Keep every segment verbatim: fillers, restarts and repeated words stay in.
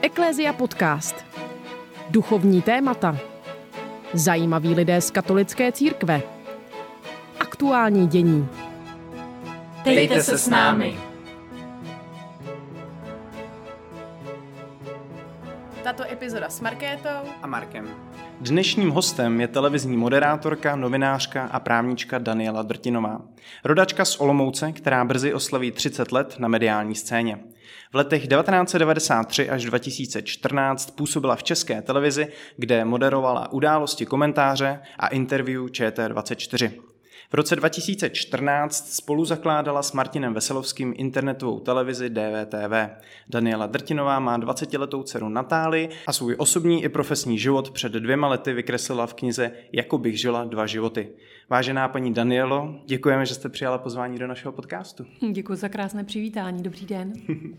Eklézia podcast. Duchovní témata. Zajímaví lidé z katolické církve. Aktuální dění. Dejte se s námi. Tato epizoda s Markétou a Markem. Dnešním hostem je televizní moderátorka, novinářka a právnička Daniela Drtinová. Rodačka z Olomouce, která brzy oslaví třicet let na mediální scéně. V letech devatenáct set devadesát tři až dva tisíce čtrnáct působila v České televizi, kde moderovala události, komentáře a interview Č T dvacet čtyři. V roce dva tisíce čtrnáct spolu zakládala s Martinem Veselovským internetovou televizi D V T V. Daniela Drtinová má dvacetiletou dceru Natálii a svůj osobní i profesní život před dvěma lety vykreslila v knize Jako bych žila dva životy. Vážená paní Danielo, děkujeme, že jste přijala pozvání do našeho podcastu. Děkuji za krásné přivítání, dobrý den.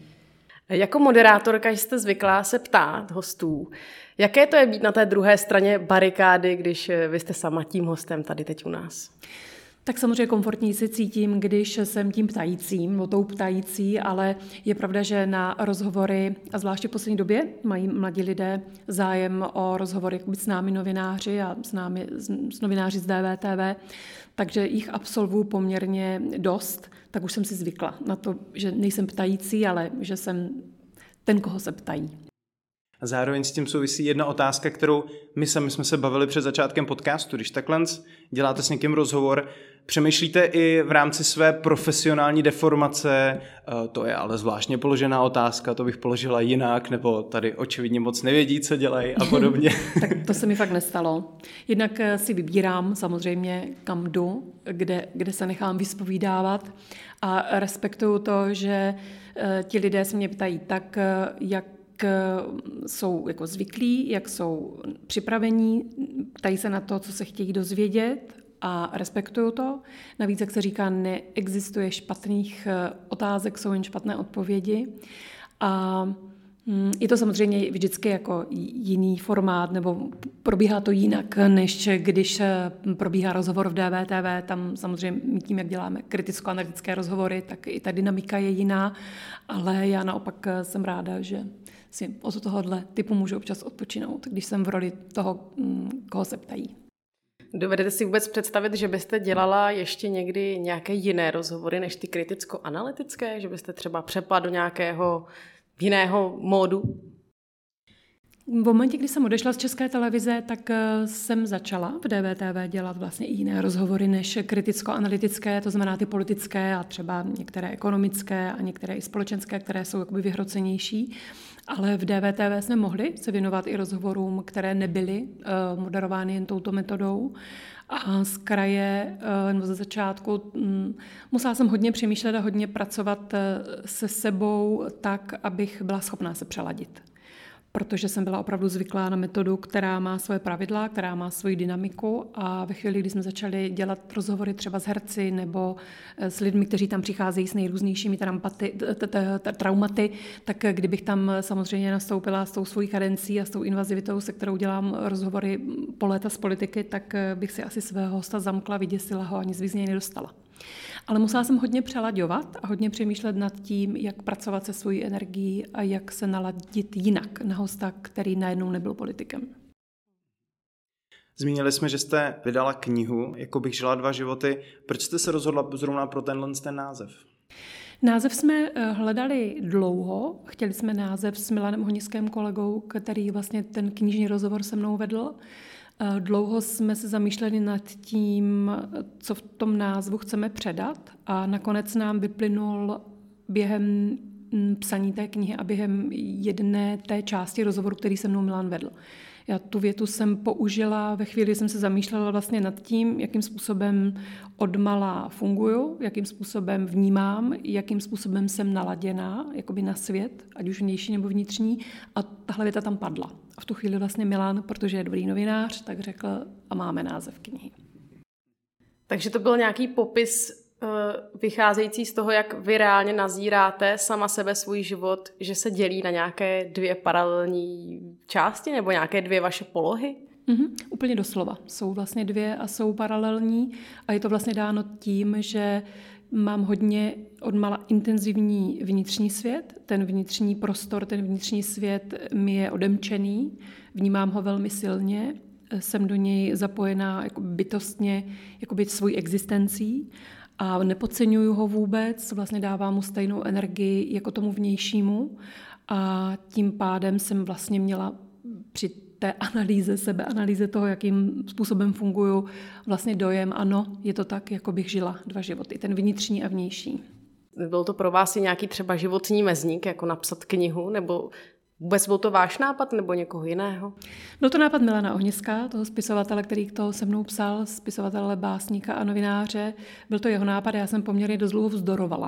Jako moderátorka jste zvyklá se ptát hostů, jaké to je být na té druhé straně barikády, když vy jste sama tím hostem tady teď u nás? Tak samozřejmě komfortní se cítím, když jsem tím ptajícím, o tou ptající, ale je pravda, že na rozhovory, a zvláště v poslední době, mají mladí lidé zájem o rozhovory jakoby s námi novináři a s námi s novináři z D V T V, takže jich absolvuju poměrně dost, tak už jsem si zvykla na to, že nejsem ptající, ale že jsem ten, koho se ptají. A zároveň s tím souvisí jedna otázka, kterou my sami jsme se bavili před začátkem podcastu. Když takhle děláte s někým rozhovor, přemýšlíte i v rámci své profesionální deformace, to je ale zvláštně položená otázka, to bych položila jinak, nebo tady očividně moc nevědí, co dělají a podobně. Tak to se mi fakt nestalo. Jednak si vybírám samozřejmě, kam jdu, kde, kde se nechám vyspovídávat a respektuju to, že ti lidé se mě ptají tak, jak jsou jako zvyklí, jak jsou připravení, ptají se na to, co se chtějí dozvědět a respektuju to. Navíc, jak se říká, neexistuje špatných otázek, jsou jen špatné odpovědi. A je to samozřejmě vždycky jako jiný formát, nebo probíhá to jinak, než když probíhá rozhovor v D V T V. Tam samozřejmě tím, jak děláme kriticko-analytické rozhovory, tak i ta dynamika je jiná, ale já naopak jsem ráda, že si od tohohle typu můžu občas odpočinout, když jsem v roli toho, koho se ptají. Dovedete si vůbec představit, že byste dělala ještě někdy nějaké jiné rozhovory než ty kriticko-analytické? Že byste třeba přepla do nějakého jiného módu? V momentě, kdy jsem odešla z České televize, tak jsem začala v D V T V dělat vlastně i jiné rozhovory než kriticko-analytické, to znamená ty politické a třeba některé ekonomické a některé i společenské, které jsou jakoby vyhrocenější. Ale v D V T V jsme mohli se věnovat i rozhovorům, které nebyly uh, moderovány jen touto metodou. A z kraje, uh, nebo ze začátku, um, musela jsem hodně přemýšlet a hodně pracovat uh, se sebou tak, abych byla schopná se přeladit. Protože jsem byla opravdu zvyklá na metodu, která má svoje pravidla, která má svoji dynamiku a ve chvíli, kdy jsme začali dělat rozhovory třeba s herci nebo s lidmi, kteří tam přicházejí s nejrůznějšími traumaty, tak kdybych tam samozřejmě nastoupila s tou svojí kadencí a s tou invazivitou, se kterou dělám rozhovory po léta z politiky, tak bych si asi svého hosta zamkla, vyděsila ho a nic z něj nedostala. Ale musela jsem hodně přelaďovat a hodně přemýšlet nad tím, jak pracovat se svojí energií a jak se naladit jinak na hosta, který najednou nebyl politikem. Zmínili jsme, že jste vydala knihu Jako bych žila dva životy. Proč jste se rozhodla zrovna pro tenhle ten název? Název jsme hledali dlouho. Chtěli jsme název s Milanem Honiským kolegou, který vlastně ten knižní rozhovor se mnou vedl. Dlouho jsme se zamýšleli nad tím, co v tom názvu chceme předat a nakonec nám vyplynul během psaní té knihy a během jedné té části rozhovoru, který se mnou Milan vedl. Já tu větu jsem použila ve chvíli, kdy jsem se zamýšlela vlastně nad tím, jakým způsobem odmala funguju, jakým způsobem vnímám, jakým způsobem jsem naladěná jakoby na svět, ať už vnější nebo vnitřní, a tahle věta tam padla. A v tu chvíli vlastně Milan, protože je dobrý novinář, tak řekl a máme název knihy. Takže to byl nějaký popis vycházející z toho, jak vy reálně nazíráte sama sebe, svůj život, že se dělí na nějaké dvě paralelní části nebo nějaké dvě vaše polohy? Mm-hmm, úplně doslova. Jsou vlastně dvě a jsou paralelní a je to vlastně dáno tím, že mám hodně odmala intenzivní vnitřní svět. Ten vnitřní prostor, ten vnitřní svět mi je odemčený, vnímám ho velmi silně, jsem do něj zapojená jako bytostně, jako být svojí existencí a nepodceňuju ho vůbec, vlastně dávám mu stejnou energii jako tomu vnějšímu a tím pádem jsem vlastně měla při té analýze, sebeanalýze toho, jakým způsobem funguju, vlastně dojem, ano, je to tak, jako bych žila dva životy, ten vnitřní a vnější. Byl to pro vás i nějaký třeba životní mezník, jako napsat knihu, nebo vůbec byl to váš nápad, nebo někoho jiného? Byl to nápad Milana Ohniska, toho spisovatele, který to se mnou psal, spisovatele, básníka a novináře. Byl to jeho nápad, já jsem poměrně dost dlouho vzdorovala.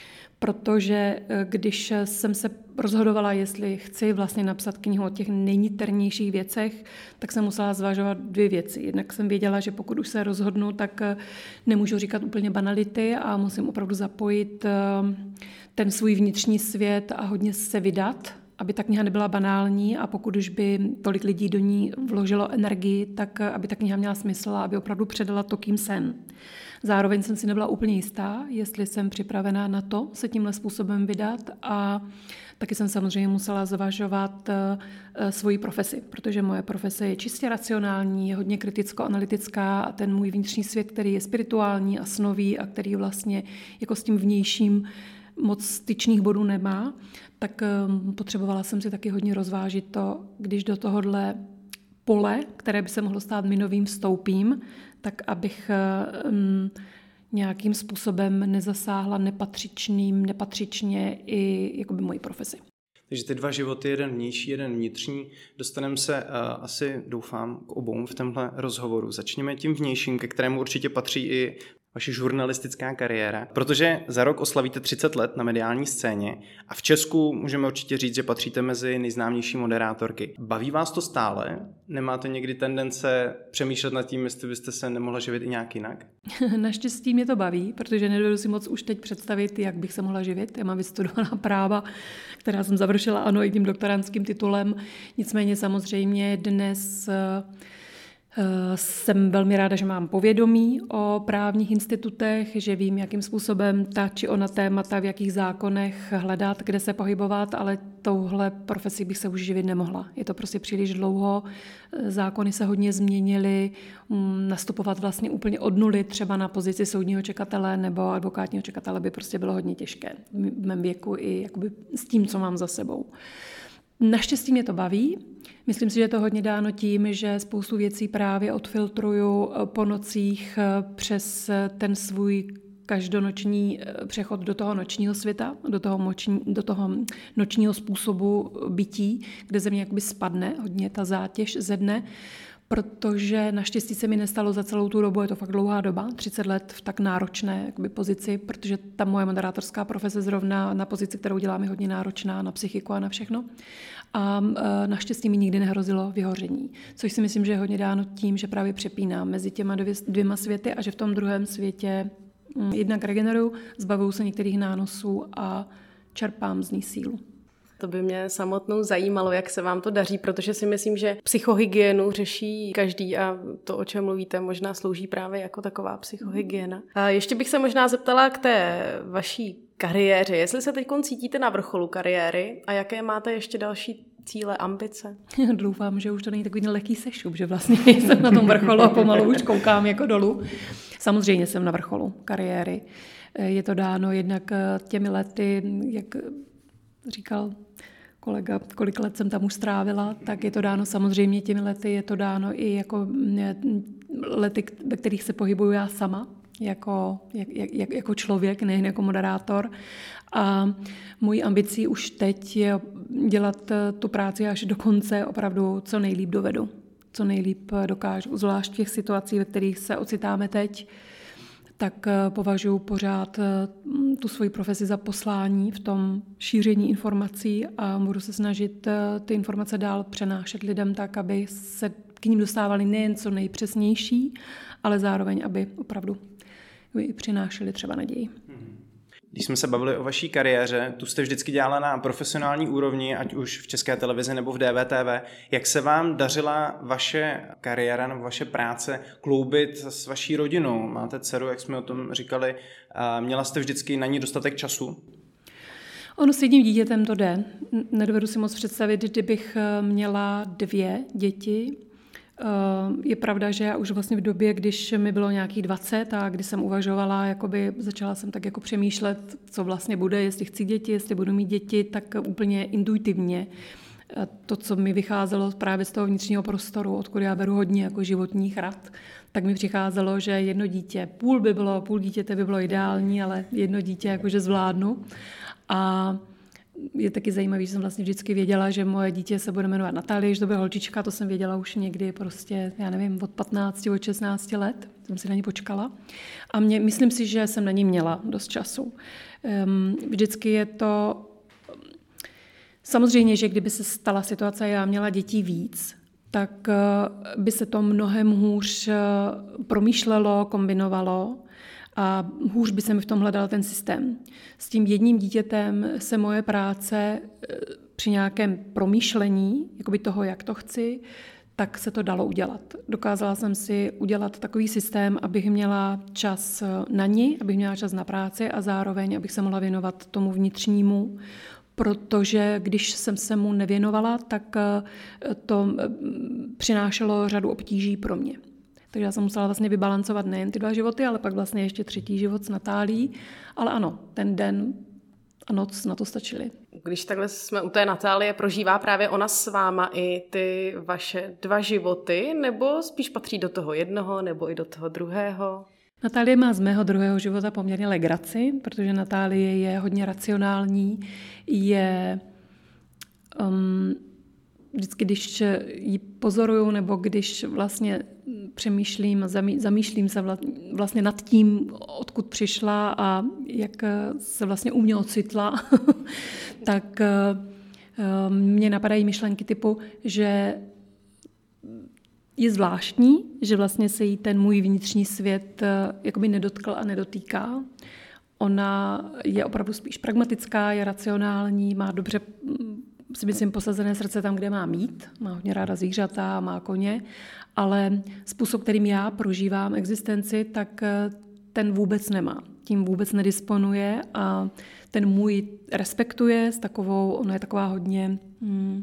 Protože když jsem se rozhodovala, jestli chci vlastně napsat knihu o těch nejniternějších věcech, tak jsem musela zvažovat dvě věci. Jednak jsem věděla, že pokud už se rozhodnu, tak nemůžu říkat úplně banality a musím opravdu zapojit ten svůj vnitřní svět a hodně se vydat, aby ta kniha nebyla banální a pokud už by tolik lidí do ní vložilo energii, tak aby ta kniha měla smysl a aby opravdu předala to, kým jsem. Zároveň jsem si nebyla úplně jistá, jestli jsem připravená na to se tímhle způsobem vydat a taky jsem samozřejmě musela zvažovat svoji profesi, protože moje profese je čistě racionální, je hodně kriticko-analytická a ten můj vnitřní svět, který je spirituální a snový a který vlastně jako s tím vnějším moc styčných bodů nemá, tak potřebovala jsem si taky hodně rozvážit to, když do tohohle pole, které by se mohlo stát minovým, vstoupím, tak abych um, nějakým způsobem nezasáhla nepatřičným, nepatřičně i jakoby moji profesi. Takže ty dva životy, jeden vnější, jeden vnitřní, dostaneme se uh, asi, doufám, k obou v tomhle rozhovoru. Začněme tím vnějším, ke kterému určitě patří i vaše žurnalistická kariéra, protože za rok oslavíte třicet let na mediální scéně a v Česku můžeme určitě říct, že patříte mezi nejznámější moderátorky. Baví vás to stále? Nemáte někdy tendence přemýšlet nad tím, jestli byste se nemohla živit i nějak jinak? Naštěstí mě to baví, protože nedovedu si moc už teď představit, jak bych se mohla živit. Já mám vystudovaná práva, která jsem završila, ano, i tím doktorandským titulem. Nicméně samozřejmě dnes jsem velmi ráda, že mám povědomí o právních institutech, že vím, jakým způsobem ta či ona témata, v jakých zákonech hledat, kde se pohybovat, ale touhle profesí bych se už živit nemohla. Je to prostě příliš dlouho, zákony se hodně změnily, nastupovat vlastně úplně od nuly třeba na pozici soudního čekatele nebo advokátního čekatele by prostě bylo hodně těžké v mém věku i jakoby s tím, co mám za sebou. Naštěstí mě to baví. Myslím si, že je to hodně dáno tím, že spoustu věcí právě odfiltruju po nocích přes ten svůj každonoční přechod do toho nočního světa, do toho, moční, do toho nočního způsobu bytí, kde ze mě jakoby spadne hodně ta zátěž ze dne, protože naštěstí se mi nestalo za celou tu dobu, je to fakt dlouhá doba, třicet let v tak náročné jakoby, pozici, protože ta moje moderátorská profese zrovna na pozici, kterou dělám, je hodně náročná na psychiku a na všechno. A e, naštěstí mi nikdy nehrozilo vyhoření, což si myslím, že je hodně dáno tím, že právě přepínám mezi těma dvě, dvěma světy a že v tom druhém světě m, jednak regeneruju, zbavuju se některých nánosů a čerpám z ní sílu. To by mě samotnou zajímalo, jak se vám to daří, protože si myslím, že psychohygienu řeší každý a to, o čem mluvíte, možná slouží právě jako taková psychohygiena. A ještě bych se možná zeptala k té vaší kariéře, jestli se teď cítíte na vrcholu kariéry a jaké máte ještě další cíle, ambice? Doufám, že už to není takový lehký sešup, že vlastně jsem na tom vrcholu a pomalu už koukám jako dolů. Samozřejmě jsem na vrcholu kariéry. Je to dáno jednak těmi lety, jak říkal kolega, kolik let jsem tam už strávila, tak je to dáno samozřejmě těmi lety, je to dáno i jako lety, ve kterých se pohybuju já sama, jako, jak, jak, jako člověk, nejen jako moderátor. A mojí ambicí už teď je dělat tu práci až do konce opravdu co nejlíp dovedu, co nejlíp dokážu, zvlášť v těch situací, ve kterých se ocitáme teď, tak považuji pořád tu svoji profesi za poslání v tom šíření informací a budu se snažit ty informace dál přenášet lidem tak, aby se k ním dostávali nejen co nejpřesnější, ale zároveň, aby opravdu přinášeli třeba naději. Když jsme se bavili o vaší kariéře, tu jste vždycky dělala na profesionální úrovni, ať už v České televizi nebo v D V T V. Jak se vám dařila vaše kariéra nebo vaše práce kloubit s vaší rodinou? Máte dceru, jak jsme o tom říkali, měla jste vždycky na ní dostatek času? Ono s jedním dítětem to jde. Nedovedu si moc představit, kdybych měla dvě děti. Je pravda, že já už vlastně v době, když mi bylo nějakých dvacet a když jsem uvažovala, jakoby začala jsem tak jako přemýšlet, co vlastně bude, jestli chci děti, jestli budu mít děti, tak úplně intuitivně. To, co mi vycházelo právě z toho vnitřního prostoru, odkud já beru hodně jako životních rad, tak mi přicházelo, že jedno dítě, půl by bylo, půl dítěte by bylo ideální, ale jedno dítě jakože zvládnu. A je taky zajímavý, že jsem vlastně vždycky věděla, že moje dítě se bude jmenovat Natálie, že to bude holčička, to jsem věděla už někdy prostě, já nevím, od patnácti, od šestnácti let, jsem si na ní počkala. A mě, myslím si, že jsem na ní měla dost času. Vždycky je to, samozřejmě, že kdyby se stala situace, já měla dětí víc, tak by se to mnohem hůř promýšlelo, kombinovalo, a hůř by se mi v tom hledal ten systém. S tím jedním dítětem se moje práce při nějakém promýšlení, jakoby toho, jak to chci, tak se to dalo udělat. Dokázala jsem si udělat takový systém, abych měla čas na ní, abych měla čas na práci a zároveň, abych se mohla věnovat tomu vnitřnímu, protože když jsem se mu nevěnovala, tak to přinášelo řadu obtíží pro mě. Takže já jsem musela vlastně vybalancovat nejen ty dva životy, ale pak vlastně ještě třetí život s Natálií. Ale ano, ten den a noc na to stačily. Když takhle jsme u té Natálie, prožívá právě ona s váma i ty vaše dva životy, nebo spíš patří do toho jednoho, nebo i do toho druhého? Natálie má z mého druhého života poměrně legraci, protože Natálie je hodně racionální, je... Um, Vždycky, když ji pozoruju, nebo když vlastně přemýšlím, zamýšlím se vlastně nad tím, odkud přišla a jak se vlastně u mě ocitla, tak mě napadají myšlenky typu, že je zvláštní, že vlastně se jí ten můj vnitřní svět jakoby nedotkl a nedotýká. Ona je opravdu spíš pragmatická, je racionální, má dobře, si myslím, posazené srdce tam, kde má mít. Má hodně ráda zvířata, má koně, ale způsob, kterým já prožívám existenci, tak ten vůbec nemá. Tím vůbec nedisponuje a ten můj respektuje s takovou, ona je taková hodně hm,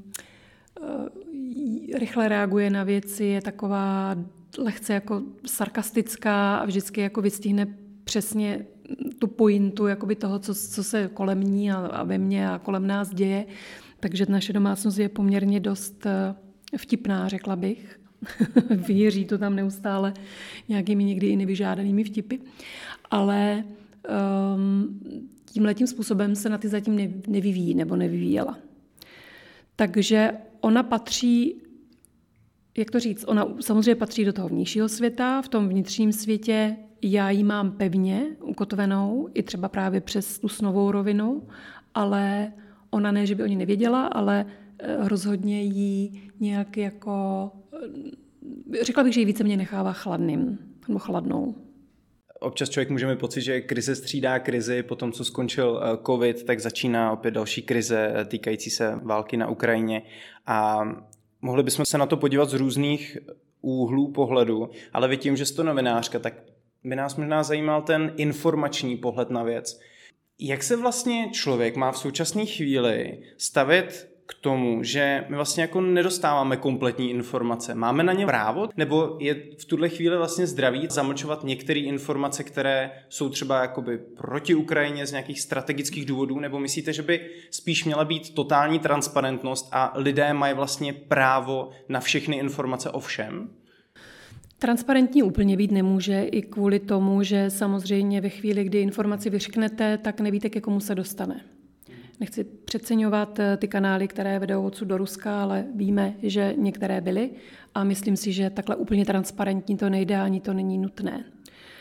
rychle reaguje na věci, je taková lehce jako sarkastická a vždycky jako vystihne přesně tu pointu jakoby toho, co, co se kolem ní a, a ve mně a kolem nás děje. Takže naše domácnost je poměrně dost vtipná, řekla bych. Věří to tam neustále nějakými někdy i nevyžádanými vtipy. Ale um, tímhletím způsobem se na ty zatím nevyvíjí nebo nevyvíjela. Takže ona patří, jak to říct, ona samozřejmě patří do toho vnějšího světa, v tom vnitřním světě já ji mám pevně ukotvenou, i třeba právě přes tu snovou rovinu, ale ona ne, že by o ní nevěděla, ale rozhodně jí nějak jako, řekla bych, že ji více mě nechává chladným, nebo chladnou. Občas člověk může mít pocit, že krize střídá krizi, po tom, co skončil covid, tak začíná opět další krize týkající se války na Ukrajině a mohli bychom se na to podívat z různých úhlů pohledu, ale vy tím, že jste novinářka, tak by nás možná zajímal ten informační pohled na věc. Jak se vlastně člověk má v současné chvíli stavit k tomu, že my vlastně jako nedostáváme kompletní informace? Máme na ně právo? Nebo je v tuhle chvíli vlastně zdravý zamlčovat některé informace, které jsou třeba jakoby proti Ukrajině z nějakých strategických důvodů? Nebo myslíte, že by spíš měla být totální transparentnost a lidé mají vlastně právo na všechny informace o všem? Transparentní úplně být nemůže i kvůli tomu, že samozřejmě ve chvíli, kdy informaci vyřknete, tak nevíte, ke komu se dostane. Nechci přeceňovat ty kanály, které vedou odsud do Ruska, ale víme, že některé byly a myslím si, že takhle úplně transparentní to nejde, ani to není nutné.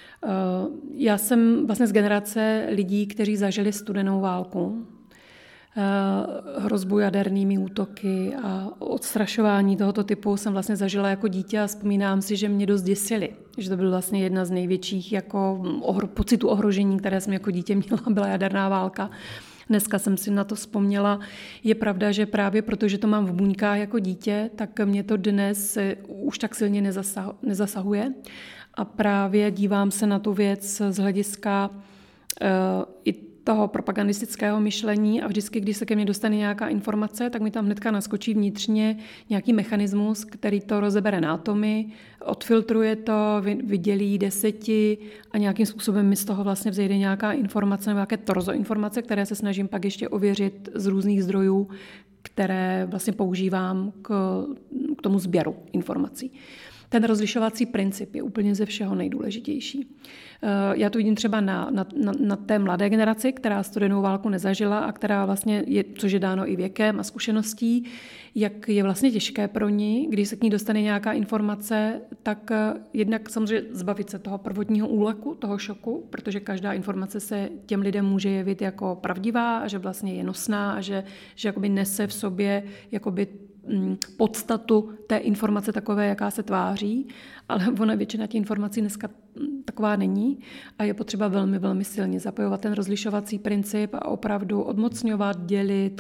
Já jsem vlastně z generace lidí, kteří zažili studenou válku hrozbu jadernými útoky a odstrašování tohoto typu jsem vlastně zažila jako dítě a vzpomínám si, že mě dost děsily. Že to byl vlastně jedna z největších jako ohro, pocitů ohrožení, které jsem jako dítě měla, byla jaderná válka. Dneska jsem si na to vzpomněla. Je pravda, že právě protože to mám v buňkách jako dítě, tak mě to dnes už tak silně nezasahuje. A právě dívám se na tu věc z hlediska uh, i toho propagandistického myšlení a vždycky, když se ke mně dostane nějaká informace, tak mi tam hnedka naskočí vnitřně nějaký mechanismus, který to rozebere na atomy, odfiltruje to, vydělí deseti a nějakým způsobem mi z toho vlastně vzejde nějaká informace nebo nějaké torzo informace, které se snažím pak ještě ověřit z různých zdrojů, které vlastně používám k, k tomu sběru informací. Ten rozlišovací princip je úplně ze všeho nejdůležitější. Já to vidím třeba na, na, na té mladé generaci, která studenou válku nezažila a která vlastně, je, což je dáno i věkem a zkušeností, jak je vlastně těžké pro ní, když se k ní dostane nějaká informace, tak jednak samozřejmě zbavit se toho prvotního úleku, toho šoku, protože každá informace se těm lidem může jevit jako pravdivá a že vlastně je nosná a že, že jakoby nese v sobě jakoby podstatu té informace takové, jaká se tváří, ale ona většina těch informací dneska taková není a je potřeba velmi, velmi silně zapojovat ten rozlišovací princip a opravdu odmocňovat, dělit,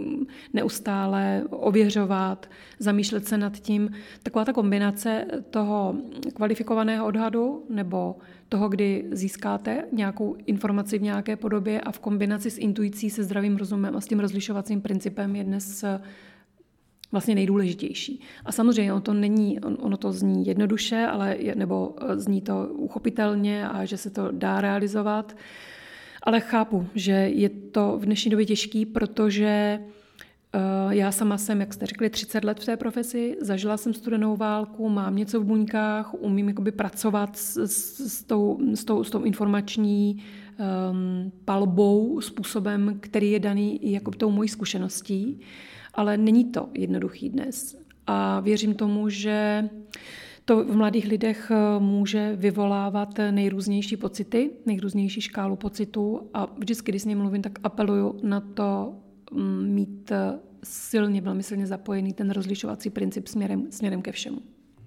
neustále ověřovat, zamýšlet se nad tím. Taková ta kombinace toho kvalifikovaného odhadu nebo toho, kdy získáte nějakou informaci v nějaké podobě a v kombinaci s intuicí, se zdravým rozumem a s tím rozlišovacím principem je dnes vlastně nejdůležitější. A samozřejmě ono to není, ono to zní jednoduše, ale je, nebo zní to uchopitelně a že se to dá realizovat. Ale chápu, že je to v dnešní době těžký, protože uh, já sama jsem, jak jste řekli, třicet let v té profesi, zažila jsem studenou válku, mám něco v buňkách, umím jakoby pracovat s, s, s, tou, s, tou, s tou informační um, palbou, způsobem, který je daný i jako tou mojí zkušeností. Ale není to jednoduchý dnes. A věřím tomu, že to v mladých lidech může vyvolávat nejrůznější pocity, nejrůznější škálu pocitů a vždycky, když s ním mluvím, tak apeluju na to mít silně, velmi silně zapojený ten rozlišovací princip směrem, směrem ke všemu.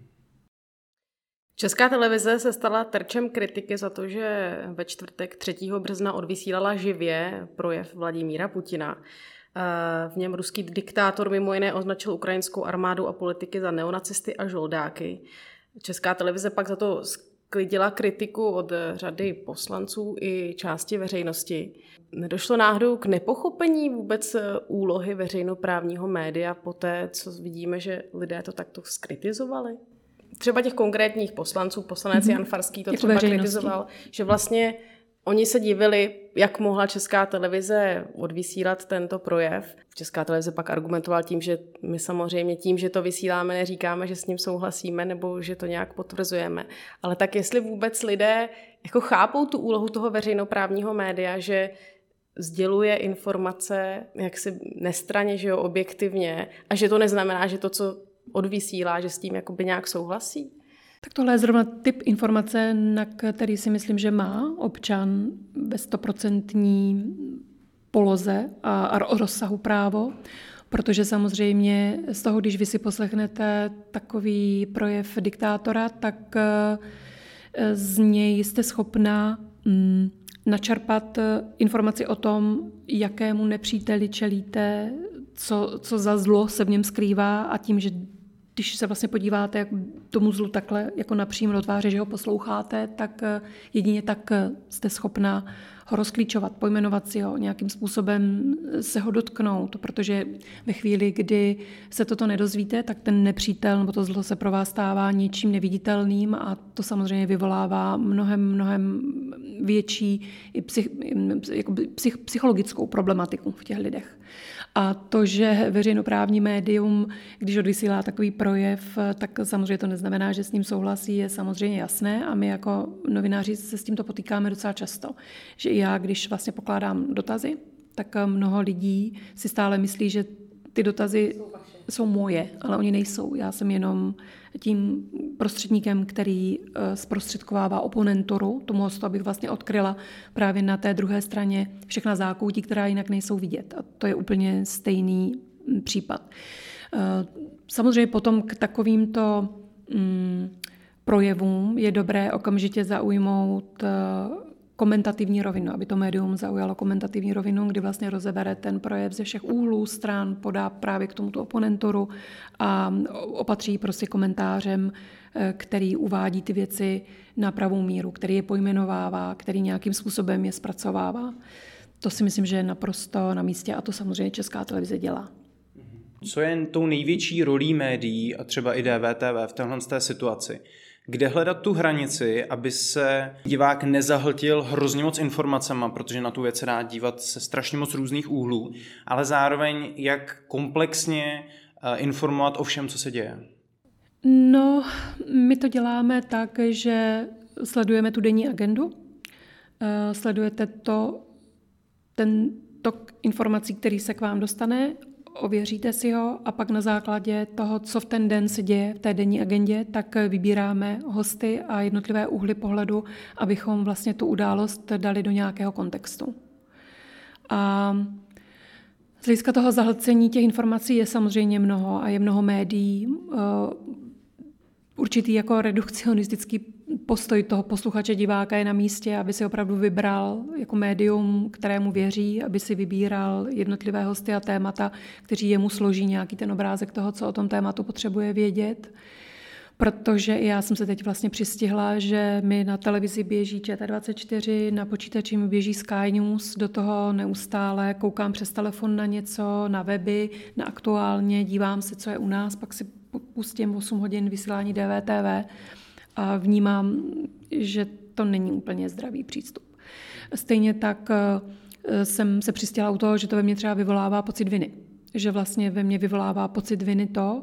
Česká televize se stala terčem kritiky za to, že ve čtvrtek třetího března odvysílala živě projev Vladimíra Putina. V něm ruský diktátor mimo jiné označil ukrajinskou armádu a politiky za neonacisty a žoldáky. Česká televize pak za to sklidila kritiku od řady poslanců i části veřejnosti. Nedošlo náhodou k nepochopení vůbec úlohy veřejnoprávního média poté, co vidíme, že lidé to takto skritizovali? Třeba těch konkrétních poslanců, poslanec mm-hmm. Jan Farský to třeba kritizoval, že vlastně oni se divili, jak mohla Česká televize odvysílat tento projev. Česká televize pak argumentoval tím, že my samozřejmě tím, že to vysíláme, neříkáme, že s ním souhlasíme nebo že to nějak potvrzujeme. Ale tak jestli vůbec lidé jako chápou tu úlohu toho veřejnoprávního média, že sděluje informace jaksi nestranně, že jo, objektivně a že to neznamená, že to, co odvysílá, že s tím jakoby nějak souhlasí? Tak tohle je zrovna typ informace, na který si myslím, že má občan ve stoprocentní poloze a, a rozsahu právo, protože samozřejmě z toho, když vy si poslechnete takový projev diktátora, tak z něj jste schopná mm, načerpat informaci o tom, jakému nepříteli čelíte, co, co za zlo se v něm skrývá a tím, že když se vlastně podíváte jak tomu zlu takhle jako napřímo do tváře, že ho posloucháte, tak jedině tak jste schopná ho rozklíčovat, pojmenovat si ho, nějakým způsobem se ho dotknout, protože ve chvíli, kdy se toto nedozvíte, tak ten nepřítel nebo to zlo se pro vás stává něčím neviditelným a to samozřejmě vyvolává mnohem, mnohem větší i psych, jako psych, psychologickou problematiku v těch lidech. A to, že veřejnoprávní médium, když odvysílá takový projev, tak samozřejmě to neznamená, že s ním souhlasí, je samozřejmě jasné a my jako novináři se s tímto potýkáme docela často. Že i já, když vlastně pokládám dotazy, tak mnoho lidí si stále myslí, že ty dotazy jsou moje, ale oni nejsou. Já jsem jenom tím prostředníkem, který zprostředkovává oponenturu, tomu hostu, abych vlastně odkryla právě na té druhé straně všechna zákoutí, která jinak nejsou vidět. A to je úplně stejný případ. Samozřejmě potom k takovýmto mm, projevům je dobré okamžitě zaujmout komentativní rovinu, aby to médium zaujalo komentativní rovinu, kdy vlastně rozebere ten projev ze všech úhlů stran, podá právě k tomuto oponentoru a opatří prostě komentářem, který uvádí ty věci na pravou míru, který je pojmenovává, který nějakým způsobem je zpracovává. To si myslím, že je naprosto na místě a to samozřejmě Česká televize dělá. Co je tou největší rolí médií a třeba i D V T V v téhle té situaci? Kde hledat tu hranici, aby se divák nezahltil hrozně moc informacema, protože na tu věc se dá dívat se strašně moc různých úhlů, ale zároveň jak komplexně informovat o všem, co se děje? No, my to děláme tak, že sledujeme tu denní agendu, sledujete to, ten tok informací, který se k vám dostane, ověříte si ho a pak na základě toho, co v ten den se děje v té denní agendě, tak vybíráme hosty a jednotlivé úhly pohledu, abychom vlastně tu událost dali do nějakého kontextu. A z hlediska toho zahlcení těch informací je samozřejmě mnoho a je mnoho médií. Určitý jako redukcionistický postoj toho posluchače, diváka je na místě, aby si opravdu vybral jako médium, kterému věří, aby si vybíral jednotlivé hosty a témata, kteří jemu složí nějaký ten obrázek toho, co o tom tématu potřebuje vědět. Protože i já jsem se teď vlastně přistihla, že mi na televizi běží Č T dvacet čtyři, na počítači mi běží Sky News, do toho neustále koukám přes telefon na něco, na weby, na Aktuálně, dívám se, co je u nás, pak si pustím osm hodin vysílání D V T V a vnímám, že to není úplně zdravý přístup. Stejně tak jsem se přistihla u toho, že to ve mně třeba vyvolává pocit viny. Že vlastně ve mně vyvolává pocit viny to,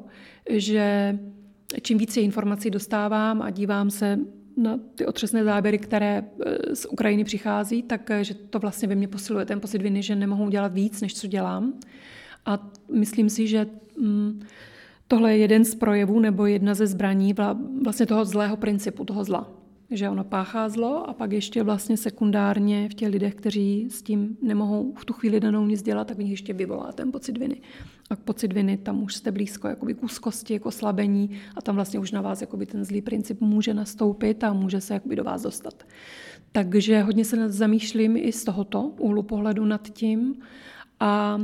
že čím více informací dostávám a dívám se na ty otřesné záběry, které z Ukrajiny přichází, tak že to vlastně ve mně posiluje ten pocit viny, že nemohu dělat víc, než co dělám. A myslím si, že mm, tohle je jeden z projevů nebo jedna ze zbraní vlastně toho zlého principu, toho zla. Že ono páchá zlo a pak ještě vlastně sekundárně v těch lidech, kteří s tím nemohou v tu chvíli danou nic dělat, tak v nich ještě vyvolá ten pocit viny. A pocit viny, tam už jste blízko jakoby k úzkosti, k oslabení a tam vlastně už na vás jakoby ten zlý princip může nastoupit a může se jakoby do vás dostat. Takže hodně se zamýšlím i z tohoto úhlu pohledu nad tím a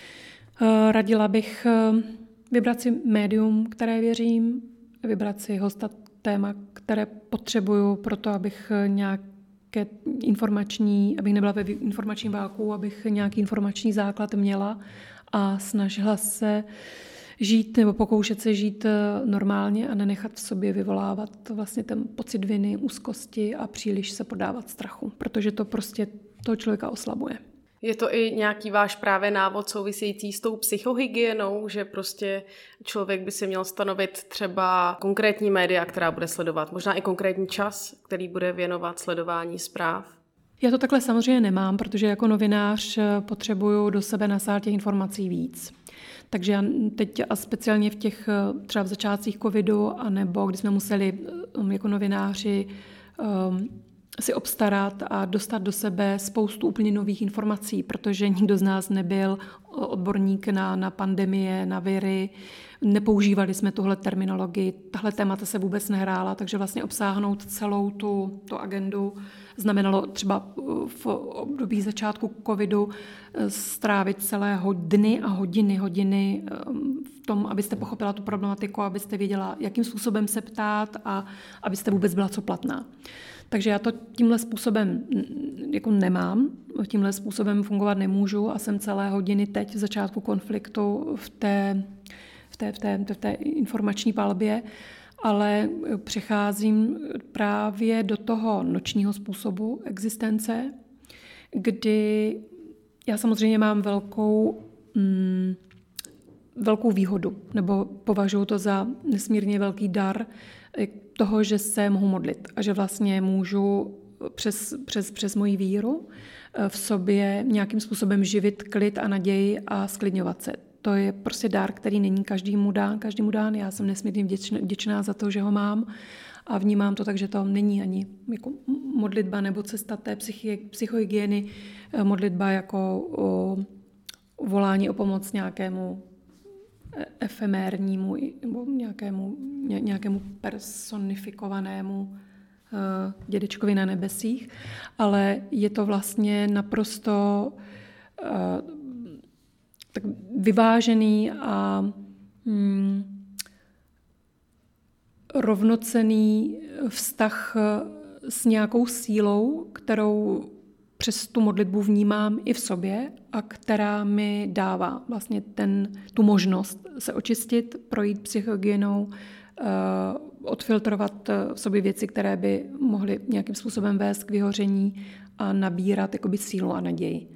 radila bych vybrat si médium, které věřím, vybrat si hosta, téma, které potřebuju pro to, abych nějaké informační, abych nebyla ve informačním váku, abych nějaký informační základ měla a snažila se žít nebo pokoušet se žít normálně a nenechat v sobě vyvolávat vlastně ten pocit viny, úzkosti a příliš se podávat strachu, protože to prostě toho člověka oslabuje. Je to i nějaký váš právě návod související s tou psychohygienou, že prostě člověk by si měl stanovit třeba konkrétní média, která bude sledovat, možná i konkrétní čas, který bude věnovat sledování zpráv? Já to takhle samozřejmě nemám, protože jako novinář potřebuju do sebe nasát těch informací víc. Takže já teď a speciálně v těch třeba v začátcích covidu, anebo když jsme museli jako novináři um, si obstarat a dostat do sebe spoustu úplně nových informací, protože nikdo z nás nebyl odborník na, na pandemie, na viry, nepoužívali jsme tuhle terminologii, tahle témata se vůbec nehrála, takže vlastně obsáhnout celou tu, tu agendu znamenalo třeba v období začátku covidu strávit celé dny a hodiny, hodiny v tom, abyste pochopila tu problematiku, abyste věděla, jakým způsobem se ptát a abyste vůbec byla co platná. Takže já to tímhle způsobem jako nemám, tímhle způsobem fungovat nemůžu a jsem celé hodiny teď v začátku konfliktu v té, v té, v té, v té informační palbě, ale přecházím právě do toho nočního způsobu existence, kdy já samozřejmě mám velkou, mm, velkou výhodu, nebo považuji to za nesmírně velký dar toho, že se mohu modlit a že vlastně můžu přes, přes, přes moji víru v sobě nějakým způsobem živit klid a naději a sklidňovat se. to je prostě dar, který není každému dán, každému dán. Já jsem nesmírně vděčná za to, že ho mám a vnímám to tak, že to není ani jako modlitba nebo cesta té psychohygieny, modlitba jako o volání o pomoc nějakému efemérnímu nebo nějakému, nějakému personifikovanému dědečkovi na nebesích, ale je to vlastně naprosto tak vyvážený a hmm, rovnocenný vztah s nějakou sílou, kterou přes tu modlitbu vnímám i v sobě a která mi dává vlastně ten, tu možnost se očistit, projít psychogienou, odfiltrovat v sobě věci, které by mohly nějakým způsobem vést k vyhoření a nabírat jakoby sílu a naději.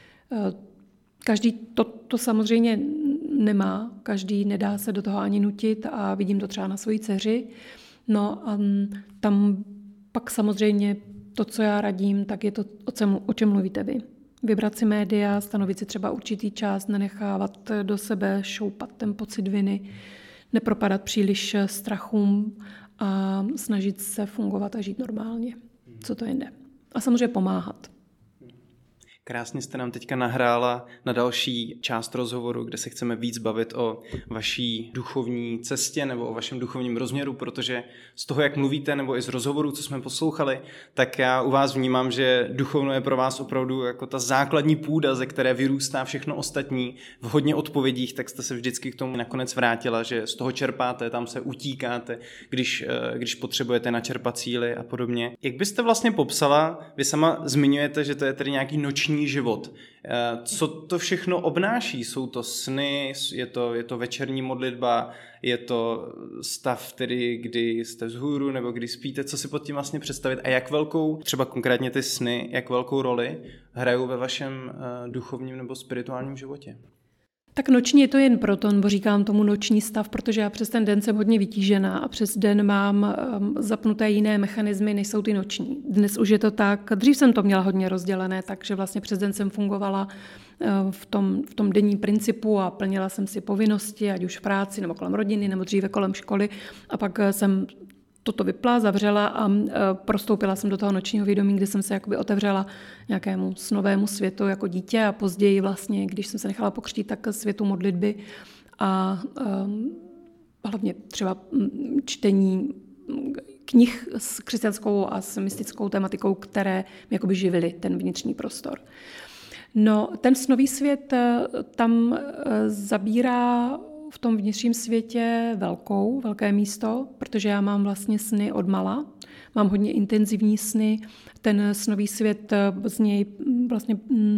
Každý to, to samozřejmě nemá, každý nedá se do toho ani nutit a vidím to třeba na svojí dceři. No a tam pak samozřejmě to, co já radím, tak je to, o čem, o čem mluvíte vy. Vybrat si média, stanovit si třeba určitý čas, nenechávat do sebe šoupat ten pocit viny, nepropadat příliš strachům a snažit se fungovat a žít normálně. Co to jde. A samozřejmě pomáhat. Krásně jste nám teďka nahrála na další část rozhovoru, kde se chceme víc bavit o vaší duchovní cestě nebo o vašem duchovním rozměru, protože z toho, jak mluvíte, nebo i z rozhovoru, co jsme poslouchali, tak já u vás vnímám, že duchovno je pro vás opravdu jako ta základní půda, ze které vyrůstá všechno ostatní. V hodně odpovědích tak jste se vždycky k tomu nakonec vrátila, že z toho čerpáte, tam se utíkáte, když, když potřebujete načerpat síly a podobně. Jak byste vlastně popsala, vy sama zmiňujete, že to je tedy nějaký noční život. Co to všechno obnáší? Jsou to sny, je to, je to večerní modlitba, je to stav, tedy, kdy jste vzhůru nebo kdy spíte, co si pod tím vlastně představit a jak velkou, třeba konkrétně ty sny, jak velkou roli hrajou ve vašem duchovním nebo spirituálním životě? Tak noční je to jen proto, nebo říkám tomu noční stav, protože já přes ten den jsem hodně vytížená a přes den mám zapnuté jiné mechanismy, než jsou ty noční. Dnes už je to tak, dřív jsem to měla hodně rozdělené, takže vlastně přes den jsem fungovala v tom, v tom denním principu a plnila jsem si povinnosti, ať už v práci, nebo kolem rodiny, nebo dříve kolem školy a pak jsem toto vypla, zavřela a prostoupila jsem do toho nočního vědomí, kde jsem se jakoby otevřela nějakému snovému světu jako dítě a později vlastně, když jsem se nechala pokřtít, tak světu modlitby a um, hlavně třeba čtení knih s křesťanskou a s mystickou tematikou, které jakoby živily ten vnitřní prostor. No, ten snový svět tam zabírá v tom vnitřním světě velkou, velké místo, protože já mám vlastně sny odmala. Mám hodně intenzivní sny. Ten snový svět z něj vlastně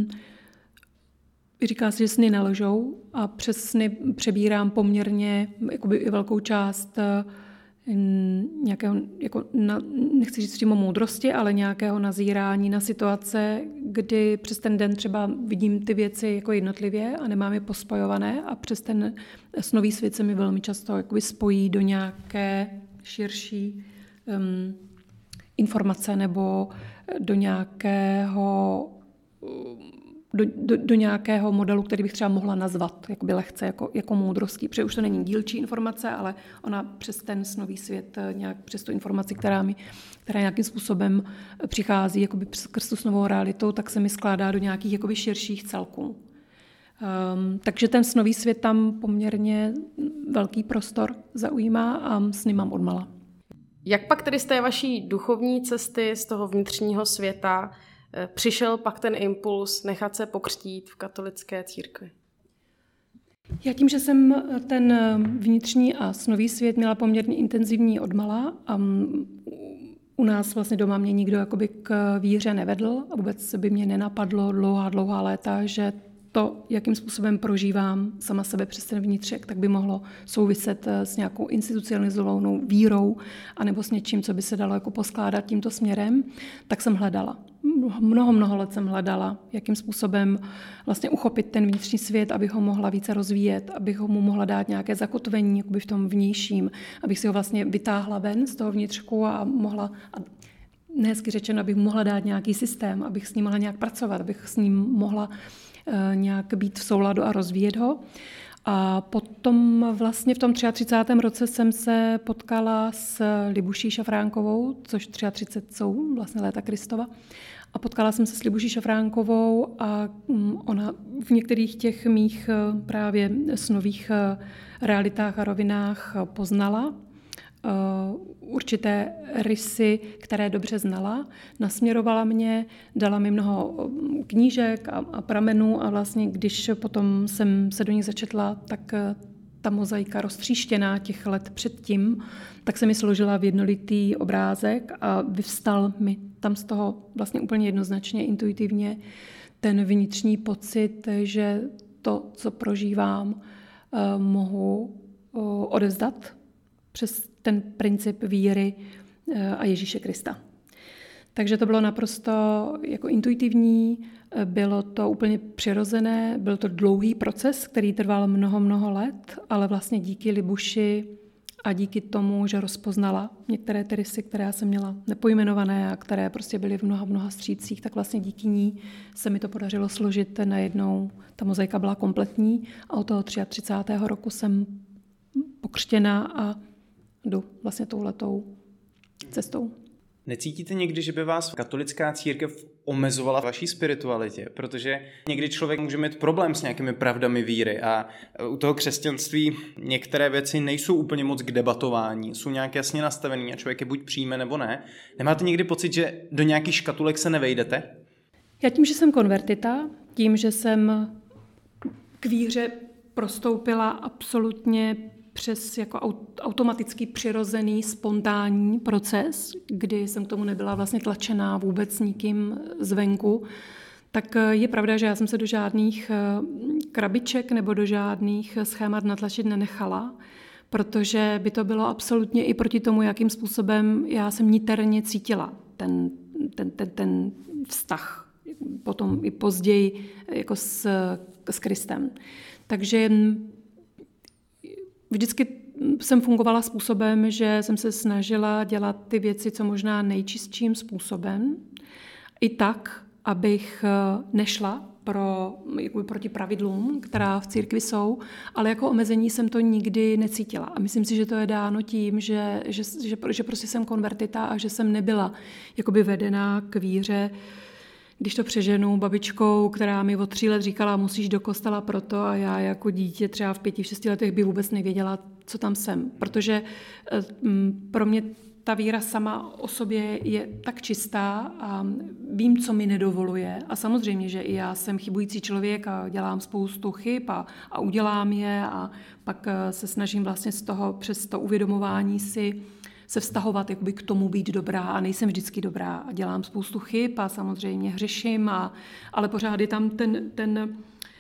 říká se, že sny nelžou a přes sny přebírám poměrně jakoby i velkou část nějakého, jako na, nechci říct přímo moudrosti, ale nějakého nazírání na situace, kdy přes ten den třeba vidím ty věci jako jednotlivě a nemám je pospojované a přes ten snový svět se mi velmi často jakoby spojí do nějaké širší um, informace nebo do nějakého Do, do, do nějakého modelu, který bych třeba mohla nazvat jakoby lehce jako, jako moudrostí, protože už to není dílčí informace, ale ona přes ten snový svět, nějak přes tu informaci, která mi, která nějakým způsobem přichází jakoby skrz tu snovou realitou, tak se mi skládá do nějakých jakoby širších celků. Um, takže ten snový svět tam poměrně velký prostor zaujímá a sny mám odmala. Jak pak tedy z té vaší duchovní cesty, z toho vnitřního světa, přišel pak ten impuls nechat se pokřtít v katolické církvi? Já tím, že jsem ten vnitřní a snový svět měla poměrně intenzivní odmala a u nás vlastně doma mě nikdo jakoby k víře nevedl a vůbec by mě nenapadlo dlouhá, dlouhá léta, že to, jakým způsobem prožívám sama sebe přes ten vnitřek, tak by mohlo souviset s nějakou institucionalizovanou vírou anebo s něčím, co by se dalo jako poskládat tímto směrem, tak jsem hledala. Mnoho, mnoho let jsem hledala, jakým způsobem vlastně uchopit ten vnitřní svět, abych ho mohla více rozvíjet, abych ho mu mohla dát nějaké zakotvení jakoby v tom vnějším, abych si ho vlastně vytáhla ven z toho vnitřku a mohla, a nehezky řečeno, abych mohla dát nějaký systém, abych s ním mohla nějak pracovat, abych s ním mohla nějak být v souladu a rozvíjet ho. A potom vlastně v tom třicátém třetím roce jsem se potkala s Libuší Šafránkovou, což třicet tři jsou vlastně léta Kristova. A potkala jsem se s Libuší Šafránkovou a ona v některých těch mých právě snových realitách a rovinách poznala určité rysy, které dobře znala, nasměrovala mě, dala mi mnoho knížek a, a pramenů a vlastně, když potom jsem se do nich začetla, tak ta mozaika roztříštěná těch let předtím, tak se mi složila v jednolitý obrázek a vyvstal mi tam z toho vlastně úplně jednoznačně, intuitivně ten vnitřní pocit, že to, co prožívám, mohu odevzdat přes ten princip víry a Ježíše Krista. Takže to bylo naprosto jako intuitivní, bylo to úplně přirozené, byl to dlouhý proces, který trval mnoho, mnoho let, ale vlastně díky Libuši a díky tomu, že rozpoznala některé ty rysy, které já jsem měla nepojmenované a které prostě byly v mnoha, mnoha střících, tak vlastně díky ní se mi to podařilo složit najednou. Ta mozaika byla kompletní a od toho třicátého třetího roku jsem pokřtěná a jdu vlastně touhletou cestou. Necítíte někdy, že by vás katolická církev omezovala v vaší spiritualitě? Protože někdy člověk může mít problém s nějakými pravdami víry a u toho křesťanství některé věci nejsou úplně moc k debatování, jsou nějak jasně nastavený a člověk je buď přijme nebo ne. Nemáte někdy pocit, že do nějakých škatulek se nevejdete? Já tím, že jsem konvertita, tím, že jsem k víře prostoupila absolutně přes jako automaticky přirozený, spontánní proces, kdy jsem k tomu nebyla vlastně tlačená vůbec nikým zvenku, tak je pravda, že já jsem se do žádných krabiček nebo do žádných schémat natlačit nenechala, protože by to bylo absolutně i proti tomu, jakým způsobem já jsem niterně cítila ten, ten, ten, ten vztah, potom i později jako s, s Kristem. Takže vždycky jsem fungovala způsobem, že jsem se snažila dělat ty věci co možná nejčistším způsobem. I tak, abych nešla pro, jako proti pravidlům, která v církvi jsou, ale jako omezení jsem to nikdy necítila. A myslím si, že to je dáno tím, že, že, že, že prostě jsem konvertita a že jsem nebyla jakoby vedená k víře, když to přeženu, babičkou, která mi od tří let říkala, musíš do kostela proto, a já jako dítě třeba v pěti, v šesti letech by vůbec nevěděla, co tam jsem. Protože pro mě ta víra sama o sobě je tak čistá a vím, co mi nedovoluje. A samozřejmě, že i já jsem chybující člověk a dělám spoustu chyb a, a udělám je a pak se snažím vlastně z toho přes to uvědomování si se vztahovat jakoby k tomu být dobrá a nejsem vždycky dobrá a dělám spoustu chyb a samozřejmě hřeším, a, ale pořád je tam ten, ten,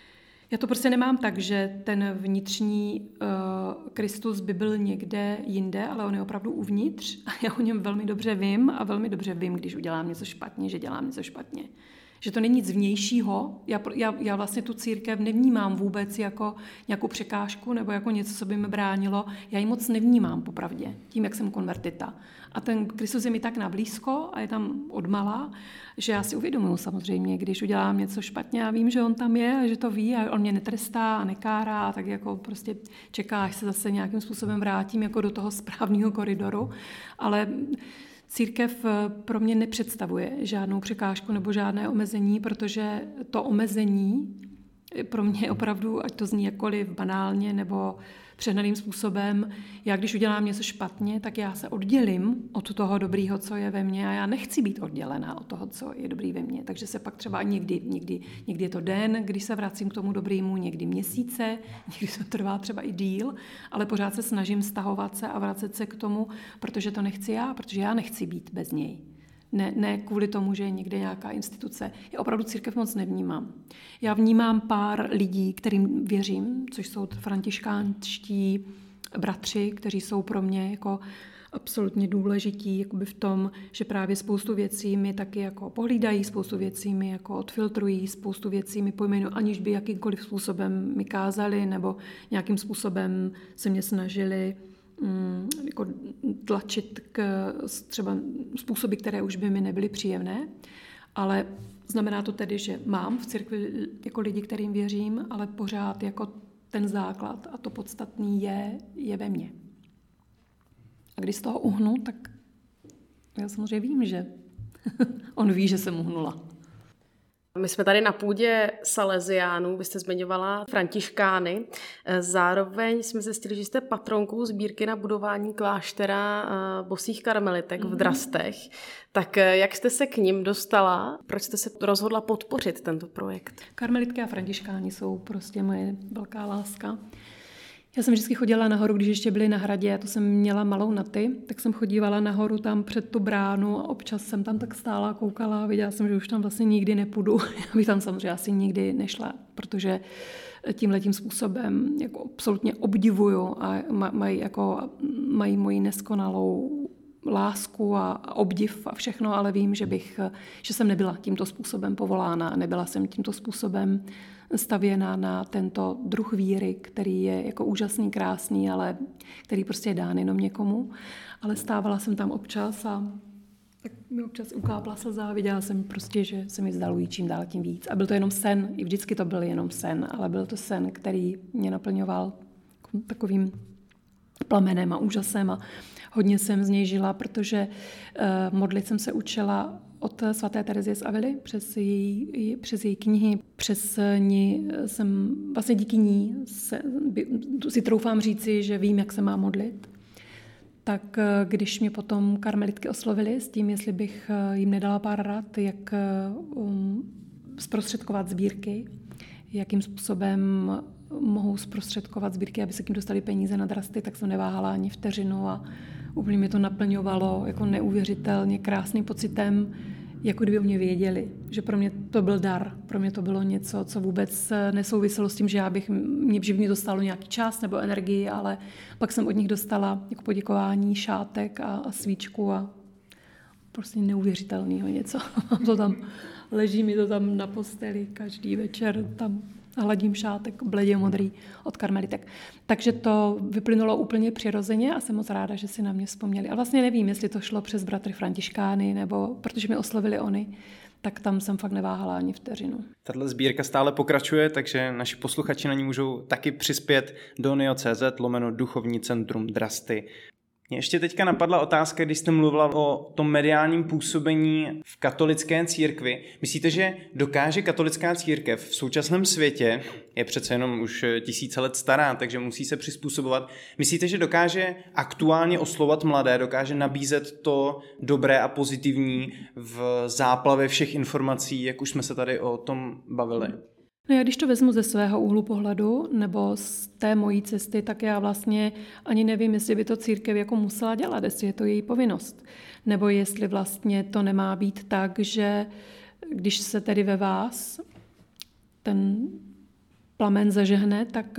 já to prostě nemám tak, že ten vnitřní uh, Kristus by byl někde jinde, ale on je opravdu uvnitř a já o něm velmi dobře vím a velmi dobře vím, když udělám něco špatně, že dělám něco špatně. Že to není nic vnějšího. Já, já, já vlastně tu církev nevnímám vůbec jako nějakou překážku nebo jako něco, co by mi bránilo. Já ji moc nevnímám popravdě, tím, jak jsem konvertita. A ten Kristus je mi tak nablízko a je tam odmala, že já si uvědomuji samozřejmě, když udělám něco špatně a vím, že on tam je a že to ví a on mě netrestá a nekárá, tak jako prostě čeká, až se zase nějakým způsobem vrátím jako do toho správného koridoru. Ale církev pro mě nepředstavuje žádnou překážku nebo žádné omezení, protože to omezení pro mě opravdu, ať to zní jakkoliv banálně nebo přehnaným způsobem, já když udělám něco špatně, tak já se oddělím od toho dobrýho, co je ve mně, a já nechci být oddělená od toho, co je dobrý ve mně. Takže se pak třeba někdy, někdy, někdy je to den, když se vracím k tomu dobrýmu, někdy měsíce, někdy to trvá třeba i díl, ale pořád se snažím stahovat se a vracet se k tomu, protože to nechci já, protože já nechci být bez něj. Ne, ne kvůli tomu, že je někde nějaká instituce. Já opravdu církev moc nevnímám. Já vnímám pár lidí, kterým věřím, což jsou františkánští bratři, kteří jsou pro mě jako absolutně důležití jakoby v tom, že právě spoustu věcí mi taky jako pohlídají, spoustu věcí mi jako odfiltrují, spoustu věcí mi pojmenují, aniž by jakýmkoliv způsobem mi kázali nebo nějakým způsobem se mě snažili jako tlačit k třeba způsoby, které už by mi nebyly příjemné, ale znamená to tedy, že mám v církvi jako lidi, kterým věřím, ale pořád jako ten základ a to podstatný je, je ve mně. A když z toho uhnu, tak já samozřejmě vím, že on ví, že jsem uhnula. My jsme tady na půdě Salesiánů, vy jste zmiňovala františkány. Zároveň jsme zjistili, že jste patronkou sbírky na budování kláštera bosých karmelitek v Drastech. Tak jak jste se k nim dostala? Proč jste se rozhodla podpořit tento projekt? Karmelitky a františkáni jsou prostě moje velká láska. Já jsem vždycky chodila nahoru, když ještě byli na hradě, to jsem měla malou Naty, tak jsem chodívala nahoru tam před tu bránu a občas jsem tam tak stála a koukala a viděla jsem, že už tam vlastně nikdy nepůjdu. Já bych tam samozřejmě asi nikdy nešla, protože tímhletím způsobem jako absolutně obdivuju a mají, jako, mají moji neskonalou lásku a obdiv a všechno, ale vím, že, bych, že jsem nebyla tímto způsobem povolána, nebyla jsem tímto způsobem stavěna na tento druh víry, který je jako úžasný, krásný, ale který prostě je dán jenom někomu. Ale stávala jsem tam občas a tak mi občas ukápla slza a viděla jsem prostě, že se mi vzdalují čím dál tím víc. A byl to jenom sen, i vždycky to byl jenom sen, ale byl to sen, který mě naplňoval takovým plamenem a úžasem a hodně jsem z něj žila, protože uh, modlit jsem se učila od svaté Terezie z Avily přes její, přes její knihy, přes ní jsem, vlastně díky ní se, si troufám říci, že vím, jak se má modlit. Tak když mě potom karmelitky oslovily s tím, jestli bych jim nedala pár rad, jak um, zprostředkovat sbírky, jakým způsobem mohou zprostředkovat sbírky, aby se k ním dostali peníze na Drasty, tak jsem neváhala ani vteřinu a úplně mě to naplňovalo jako neuvěřitelně krásným pocitem, jako kdyby o mě věděli, že pro mě to byl dar, pro mě to bylo něco, co vůbec nesouviselo s tím, že já bych, mě, že by mě dostalo nějaký čas nebo energii, ale pak jsem od nich dostala jako poděkování šátek a, a svíčku a prostě neuvěřitelného něco. To tam leží mi to tam na posteli každý večer, tam hladím šátek bledě modrý od karmelitek. Takže to vyplynulo úplně přirozeně a jsem moc ráda, že si na mě vzpomněli. A vlastně nevím, jestli to šlo přes bratry františkány, nebo protože mi oslovili oni, tak tam jsem fakt neváhala ani vteřinu. Tato sbírka stále pokračuje, takže naši posluchači na ní můžou taky přispět donio.cz lomeno duchovní centrum Drasty. Mě ještě teďka napadla otázka, když jste mluvila o tom mediálním působení v katolické církvi. Myslíte, že dokáže katolická církev v současném světě, je přece jenom už tisíce let stará, takže musí se přizpůsobovat, myslíte, že dokáže aktuálně oslovovat mladé, dokáže nabízet to dobré a pozitivní v záplavě všech informací, jak už jsme se tady o tom bavili? No já když to vezmu ze svého úhlu pohledu nebo z té mojí cesty, tak já vlastně ani nevím, jestli by to církev jako musela dělat, jestli je to její povinnost. Nebo jestli vlastně to nemá být tak, že když se tedy ve vás ten plamen zažehne, tak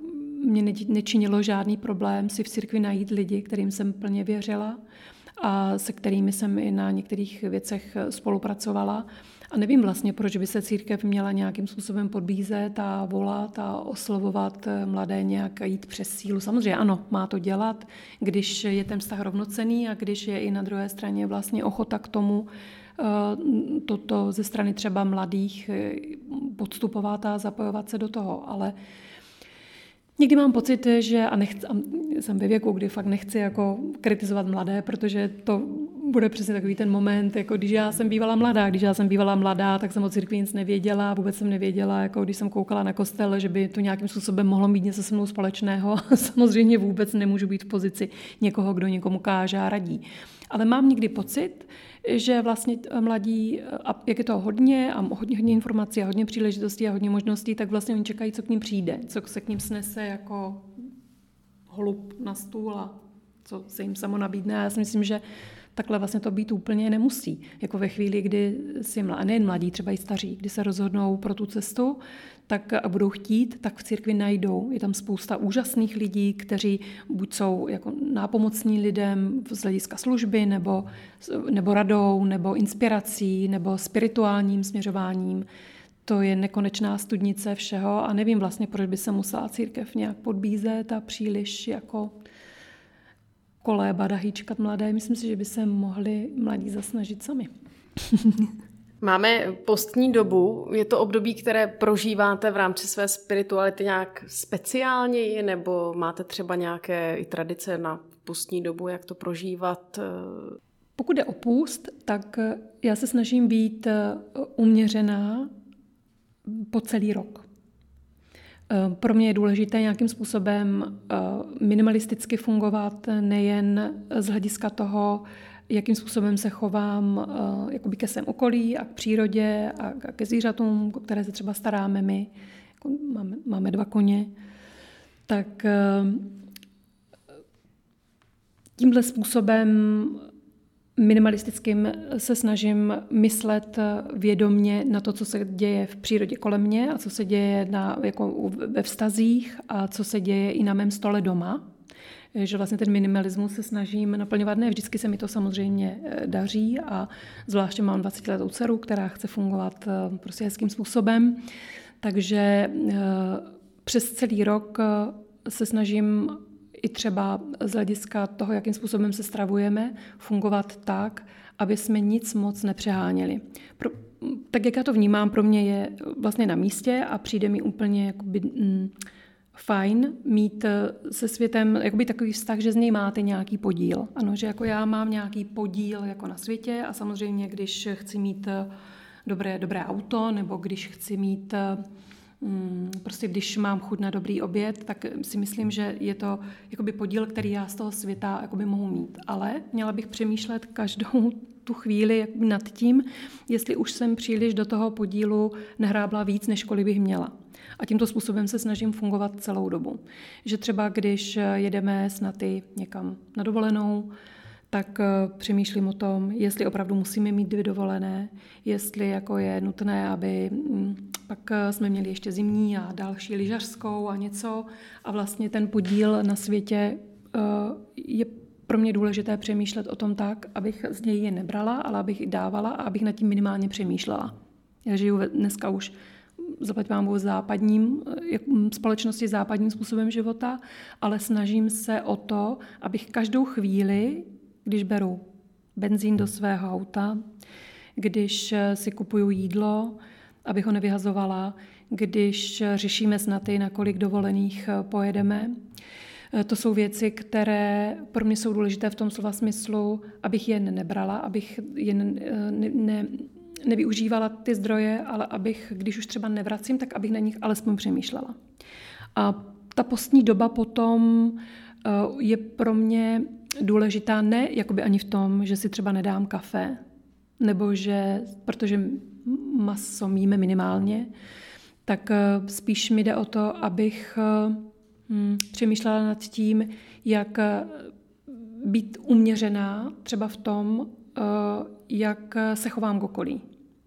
mě nečinilo žádný problém si v církvi najít lidi, kterým jsem plně věřila a se kterými jsem i na některých věcech spolupracovala. A nevím vlastně, proč by se církev měla nějakým způsobem podbízet a volat a oslovovat mladé nějak a jít přes sílu. Samozřejmě ano, má to dělat, když je ten vztah rovnocenný a když je i na druhé straně vlastně ochota k tomu toto ze strany třeba mladých podstupovat a zapojovat se do toho. Ale někdy mám pocit, že a nechci, a jsem ve věku, kdy fakt nechci jako kritizovat mladé, protože to bude přesně takový ten moment, jako když já jsem bývala mladá, když já jsem bývala mladá, tak jsem o církvi nic nevěděla, vůbec jsem nevěděla, jako když jsem koukala na kostel, že by to nějakým způsobem mohlo mít něco se mnou společného. Samozřejmě vůbec nemůžu být v pozici někoho, kdo někomu káže a radí. Ale mám někdy pocit, že vlastně mladí, a jak je to hodně a hodně, hodně informací a hodně příležitostí a hodně možností, tak vlastně oni čekají, co k ním přijde, co se k ním snese jako holub na stůl a co se jim samo nabídne. A já si myslím, že takhle vlastně to být úplně nemusí. Jako ve chvíli, kdy si mladí, nejen mladí, třeba i staří, kdy se rozhodnou pro tu cestu, tak a budou chtít, tak v církvi najdou. Je tam spousta úžasných lidí, kteří buď jsou jako nápomocní lidem z hlediska služby, nebo, nebo radou, nebo inspirací, nebo spirituálním směřováním. To je nekonečná studnice všeho a nevím vlastně, proč by se musela církev nějak podbízet a příliš jako kolébat a hýčkat mladé. Myslím si, že by se mohli mladí zasnažit sami. Máme postní dobu, je to období, které prožíváte v rámci své spirituality nějak speciálněji, nebo máte třeba nějaké i tradice na postní dobu, jak to prožívat? Pokud jde o půst, tak já se snažím být uměřená po celý rok. Pro mě je důležité nějakým způsobem minimalisticky fungovat, nejen z hlediska toho, jakým způsobem se chovám jakoby ke svém okolí a k přírodě a ke zvířatům, o které se třeba staráme my. Máme, máme dva koně. Tak tímhle způsobem minimalistickým se snažím myslet vědomně na to, co se děje v přírodě kolem mě a co se děje na, jako ve vztazích a co se děje i na mém stole doma. Že vlastně ten minimalismus se snažím naplňovat. Ne vždycky se mi to samozřejmě daří a zvláště mám dvacetiletou dceru, která chce fungovat prostě hezkým způsobem. Takže přes celý rok se snažím i třeba z hlediska toho, jakým způsobem se stravujeme, fungovat tak, aby jsme nic moc nepřeháněli. Pro, tak, jak já to vnímám, pro mě je vlastně na místě a přijde mi úplně jakoby, mm, fajn mít se světem jakoby takový vztah, že z něj máte nějaký podíl. Ano, že jako já mám nějaký podíl jako na světě a samozřejmě, když chci mít dobré, dobré auto nebo když chci mít prostě když mám chuť na dobrý oběd, tak si myslím, že je to jakoby podíl, který já z toho světa jakoby mohu mít. Ale měla bych přemýšlet každou tu chvíli nad tím, jestli už jsem příliš do toho podílu nehrábla víc, než kolik bych měla. A tímto způsobem se snažím fungovat celou dobu. Že třeba když jedeme s Naty někam na dovolenou, tak přemýšlím o tom, jestli opravdu musíme mít dvě dovolené, jestli jako je nutné, aby pak jsme měli ještě zimní a další lyžařskou a něco. A vlastně ten podíl na světě je pro mě důležité přemýšlet o tom tak, abych z něj je nebrala, ale abych dávala a abych nad tím minimálně přemýšlela. Já žiju dneska už zaplať mám v západním, společnosti západním způsobem života, ale snažím se o to, abych každou chvíli, když beru benzín do svého auta, když si kupuju jídlo, abych ho nevyhazovala, když řešíme s Naty, na kolik dovolených pojedeme. To jsou věci, které pro mě jsou důležité v tom slova smyslu, abych je nebrala, abych je ne, ne, ne, nevyužívala ty zdroje, ale abych, když už třeba nevracím, tak abych na nich alespoň přemýšlela. A ta postní doba potom je pro mě důležitá ne jakoby ani v tom, že si třeba nedám kafe, nebo že, protože maso jíme minimálně, tak spíš mi jde o to, abych hm, přemýšlela nad tím, jak být uměřená třeba v tom, jak se chovám k okolí.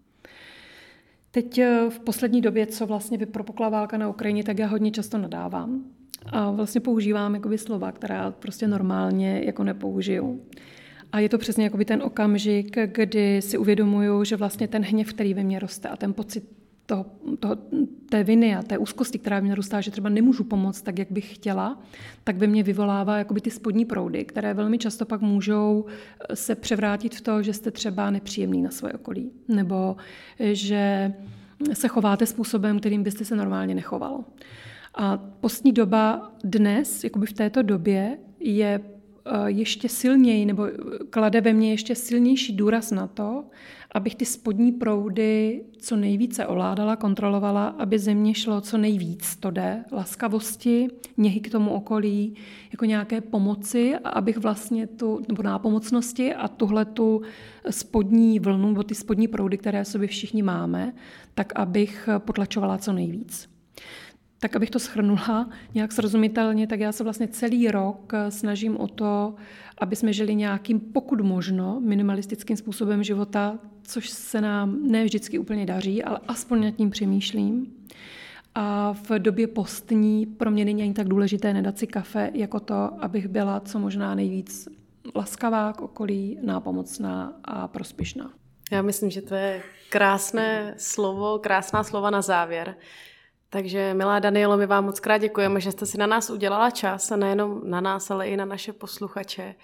Teď v poslední době, co vlastně vypropukla válka na Ukrajině, tak já hodně často nadávám. A vlastně používám jakoby slova, která prostě normálně jako nepoužiju. A je to přesně jakoby ten okamžik, kdy si uvědomuju, že vlastně ten hněv, který ve mně roste a ten pocit toho, toho, té viny a té úzkosti, která ve mně rostá, že třeba nemůžu pomoct tak, jak bych chtěla, tak ve mně vyvolává jakoby ty spodní proudy, které velmi často pak můžou se převrátit v to, že jste třeba nepříjemný na svoje okolí, nebo že se chováte způsobem, kterým byste se normálně nechovalo. A postní doba dnes, jakoby v této době, je ještě silněji, nebo klade ve mně ještě silnější důraz na to, abych ty spodní proudy co nejvíce ovládala, kontrolovala, aby ze mě šlo co nejvíc, to jde, laskavosti, něhy k tomu okolí, jako nějaké pomoci, a abych vlastně tu, nebo nápomocnosti a tuhle tu spodní vlnu, nebo ty spodní proudy, které v sobě všichni máme, tak abych potlačovala co nejvíc. Tak abych to shrnula nějak srozumitelně, tak já se vlastně celý rok snažím o to, aby jsme žili nějakým, pokud možno, minimalistickým způsobem života, což se nám ne vždycky úplně daří, ale aspoň nad tím přemýšlím. A v době postní pro mě není ani tak důležité nedat si kafe, jako to, abych byla co možná nejvíc laskavá k okolí, nápomocná a prospěšná. Já myslím, že to je krásné slovo, krásná slova na závěr. Takže, milá Danielo, my vám moc krát děkujeme, že jste si na nás udělala čas, a nejenom na nás, ale i na naše posluchače.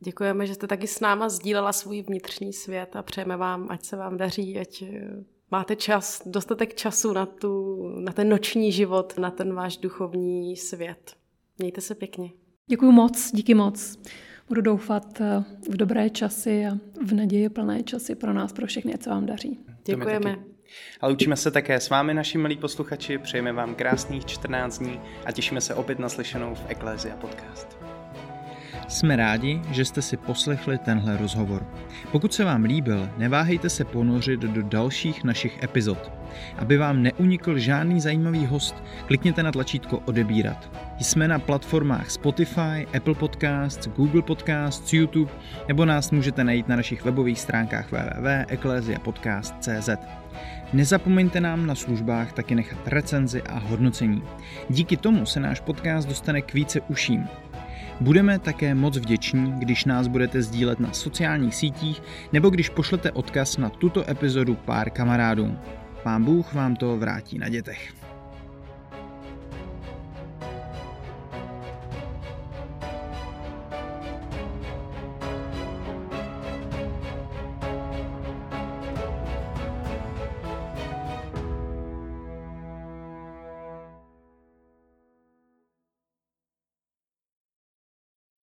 Děkujeme, že jste taky s náma sdílela svůj vnitřní svět a přejeme vám, ať se vám daří, ať máte čas, dostatek času na, tu, na ten noční život, na ten váš duchovní svět. Mějte se pěkně. Děkuju moc, díky moc. Budu doufat v dobré časy a v naději plné časy pro nás, pro všechny, ať se vám daří. Děkujeme. A loučíme se také s vámi, naši milí posluchači, přejeme vám krásných čtrnáct dní a těšíme se opět na slyšenou v Ecclesia Podcast. Jsme rádi, že jste si poslechli tenhle rozhovor. Pokud se vám líbil, neváhejte se ponořit do dalších našich epizod. Aby vám neunikl žádný zajímavý host, klikněte na tlačítko odebírat. Jsme na platformách Spotify, Apple Podcasts, Google Podcasts, YouTube, nebo nás můžete najít na našich webových stránkách w w w tečka ecclesia podcast tečka c z. Nezapomeňte nám na službách taky nechat recenzi a hodnocení. Díky tomu se náš podcast dostane k více uším. Budeme také moc vděční, když nás budete sdílet na sociálních sítích nebo když pošlete odkaz na tuto epizodu pár kamarádům. Pán Bůh vám to vrátí na dětech.